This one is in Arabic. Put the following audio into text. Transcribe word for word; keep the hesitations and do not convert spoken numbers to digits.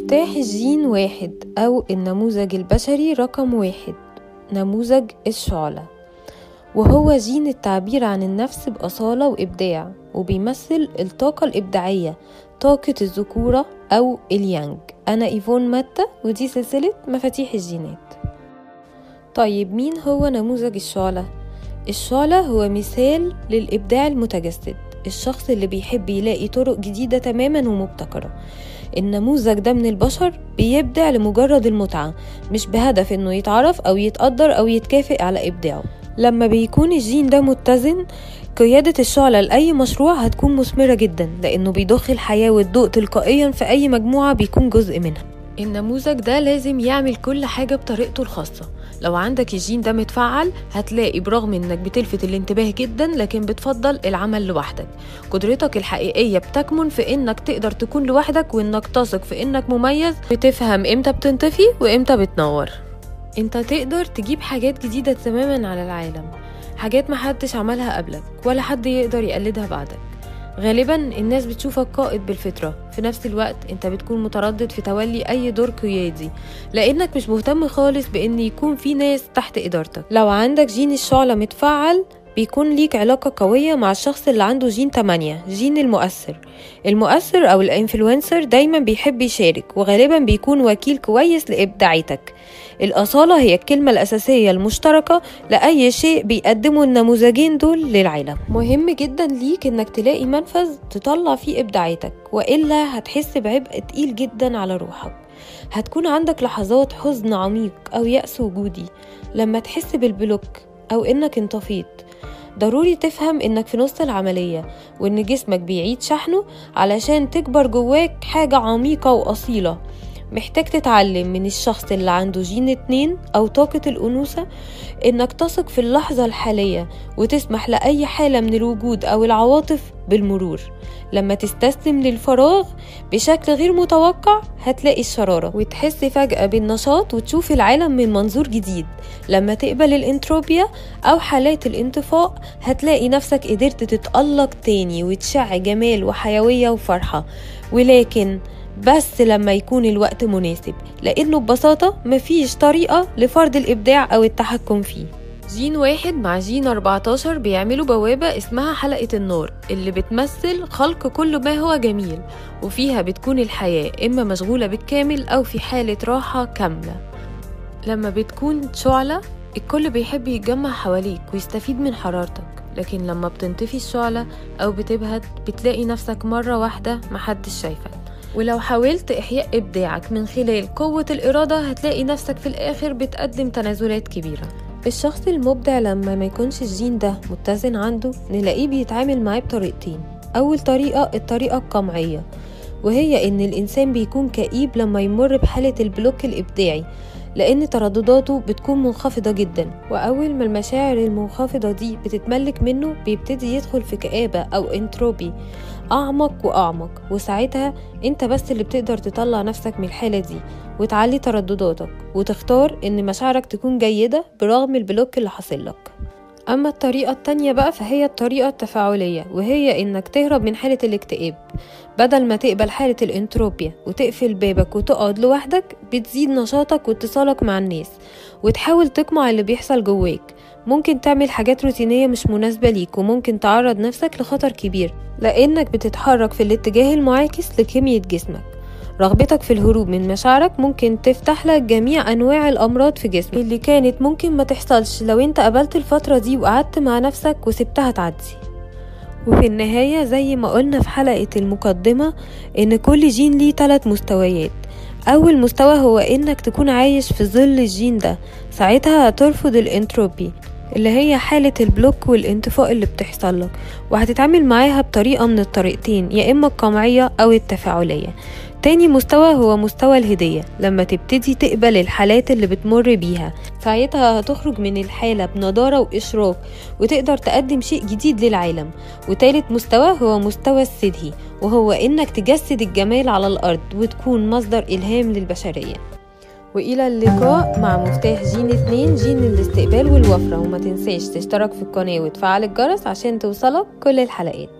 مفتاح الجين واحد أو النموذج البشري رقم واحد، نموذج الشعلة، وهو جين التعبير عن النفس بأصالة وإبداع، وبيمثل الطاقة الإبداعية، طاقة الذكورة أو اليانج. أنا إيفون ماتا، ودي سلسلة مفاتيح الجينات. طيب مين هو نموذج الشعلة؟ الشعلة هو مثال للإبداع المتجسد، الشخص اللي بيحب يلاقي طرق جديدة تماما ومبتكرة. النموذج ده من البشر بيبدع لمجرد المتعة، مش بهدف انه يتعرف او يتقدر او يتكافئ على ابداعه. لما بيكون الجين ده متزن، قيادة الشعلة لأي مشروع هتكون مثمرة جدا، لأنه بيضخ الحياة والضوء تلقائيا في أي مجموعة بيكون جزء منها. النموذج ده لازم يعمل كل حاجة بطريقته الخاصة. لو عندك الجين ده متفعل، هتلاقي برغم انك بتلفت الانتباه جدا، لكن بتفضل العمل لوحدك. قدرتك الحقيقية بتكمن في انك تقدر تكون لوحدك، وانك تثق في انك مميز، بتفهم امتى بتنطفي وامتى بتنور. انت تقدر تجيب حاجات جديدة تماما على العالم، حاجات محدش عملها قبلك ولا حد يقدر يقلدها بعدك. غالبا الناس بتشوفك قائد بالفطرة، في نفس الوقت انت بتكون متردد في تولي اي دور قيادي، لانك مش مهتم خالص بان يكون في ناس تحت ادارتك. لو عندك جين الشعلة متفعل، بيكون ليك علاقة قوية مع الشخص اللي عنده جين تمانية، جين المؤثر. المؤثر او الانفلونسر دايما بيحب يشارك، وغالبا بيكون وكيل كويس لإبداعيتك. الأصالة هي الكلمة الأساسية المشتركة لأي شيء بيقدمه النموذجين دول للعالم. مهم جدا ليك انك تلاقي منفذ تطلع فيه إبداعيتك، وإلا هتحس بعبء تقيل جدا على روحك. هتكون عندك لحظات حزن عميق أو يأس وجودي لما تحس بالبلوك أو إنك انطفيت. ضروري تفهم إنك في نص العملية، وإن جسمك بيعيد شحنه علشان تكبر جواك حاجة عميقة وأصيلة. محتاج تتعلم من الشخص اللي عنده جين اتنين أو طاقة الأنوثة إنك تثق في اللحظة الحالية، وتسمح لأي حالة من الوجود أو العواطف بالمرور. لما تستسلم للفراغ بشكل غير متوقع، هتلاقي الشرارة وتحس فجأة بالنشاط، وتشوف العالم من منظور جديد. لما تقبل الانتروبيا أو حالات الانطفاء، هتلاقي نفسك قدرت تتألق تاني وتشع جمال وحيوية وفرحة، ولكن بس لما يكون الوقت مناسب، لأنه ببساطة مفيش طريقة لفرض الإبداع أو التحكم فيه. جين واحد مع جين أربعتاشر بيعملوا بوابة اسمها حلقة النار، اللي بتمثل خلق كل ما هو جميل، وفيها بتكون الحياة إما مشغولة بالكامل أو في حالة راحة كاملة. لما بتكون شعلة، الكل بيحب يتجمع حواليك ويستفيد من حرارتك، لكن لما بتنطفي الشعلة أو بتبهت، بتلاقي نفسك مرة واحدة محدش شايفك. ولو حاولت إحياء إبداعك من خلال قوة الإرادة، هتلاقي نفسك في الآخر بتقدم تنازلات كبيرة. الشخص المبدع لما ما يكونش الجين ده متزن عنده، نلاقيه بيتعامل معاه بطريقتين. أول طريقة الطريقة القمعية، وهي إن الإنسان بيكون كئيب لما يمر بحالة البلوك الإبداعي، لأن تردداته بتكون منخفضة جدا، وأول ما المشاعر المنخفضة دي بتتملك منه، بيبتدي يدخل في كآبة أو انتروبي أعمق وأعمق. وساعتها انت بس اللي بتقدر تطلع نفسك من الحالة دي وتعلي تردداتك، وتختار ان مشاعرك تكون جيدة برغم البلوك اللي حصلك. أما الطريقة التانية بقى، فهي الطريقة التفاعلية، وهي إنك تهرب من حالة الاكتئاب. بدل ما تقبل حالة الانتروبيا وتقفل بابك وتقعد لوحدك، بتزيد نشاطك واتصالك مع الناس، وتحاول تقمع اللي بيحصل جواك. ممكن تعمل حاجات روتينية مش مناسبة ليك، وممكن تعرض نفسك لخطر كبير، لأنك بتتحرك في الاتجاه المعاكس لكيمياء جسمك. رغبتك في الهروب من مشاعرك ممكن تفتح لك جميع أنواع الأمراض في جسمك، اللي كانت ممكن ما تحصلش لو انت قبلت الفترة دي وقعدت مع نفسك وسبتها تعدي. وفي النهاية، زي ما قلنا في حلقة المقدمة، إن كل جين ليه ثلاث مستويات. أول مستوى هو إنك تكون عايش في ظل الجين ده، ساعتها هترفض الانتروبي اللي هي حالة البلوك والانطفاء اللي بتحصل لك، وهتتعامل معاها بطريقة من الطريقتين، يا إما القمعية أو التفاعلية. تاني مستوى هو مستوى الهدية، لما تبتدي تقبل الحالات اللي بتمر بيها، ساعتها هتخرج من الحالة بنضارة وإشراق، وتقدر تقدم شيء جديد للعالم. وتالت مستوى هو مستوى السدهي، وهو إنك تجسد الجمال على الأرض وتكون مصدر إلهام للبشرية. وإلى اللقاء مع مفتاح جين اتنين، جين الاستقبال والوفرة. وما تنساش تشترك في القناة وتفعل الجرس عشان توصلك كل الحلقات.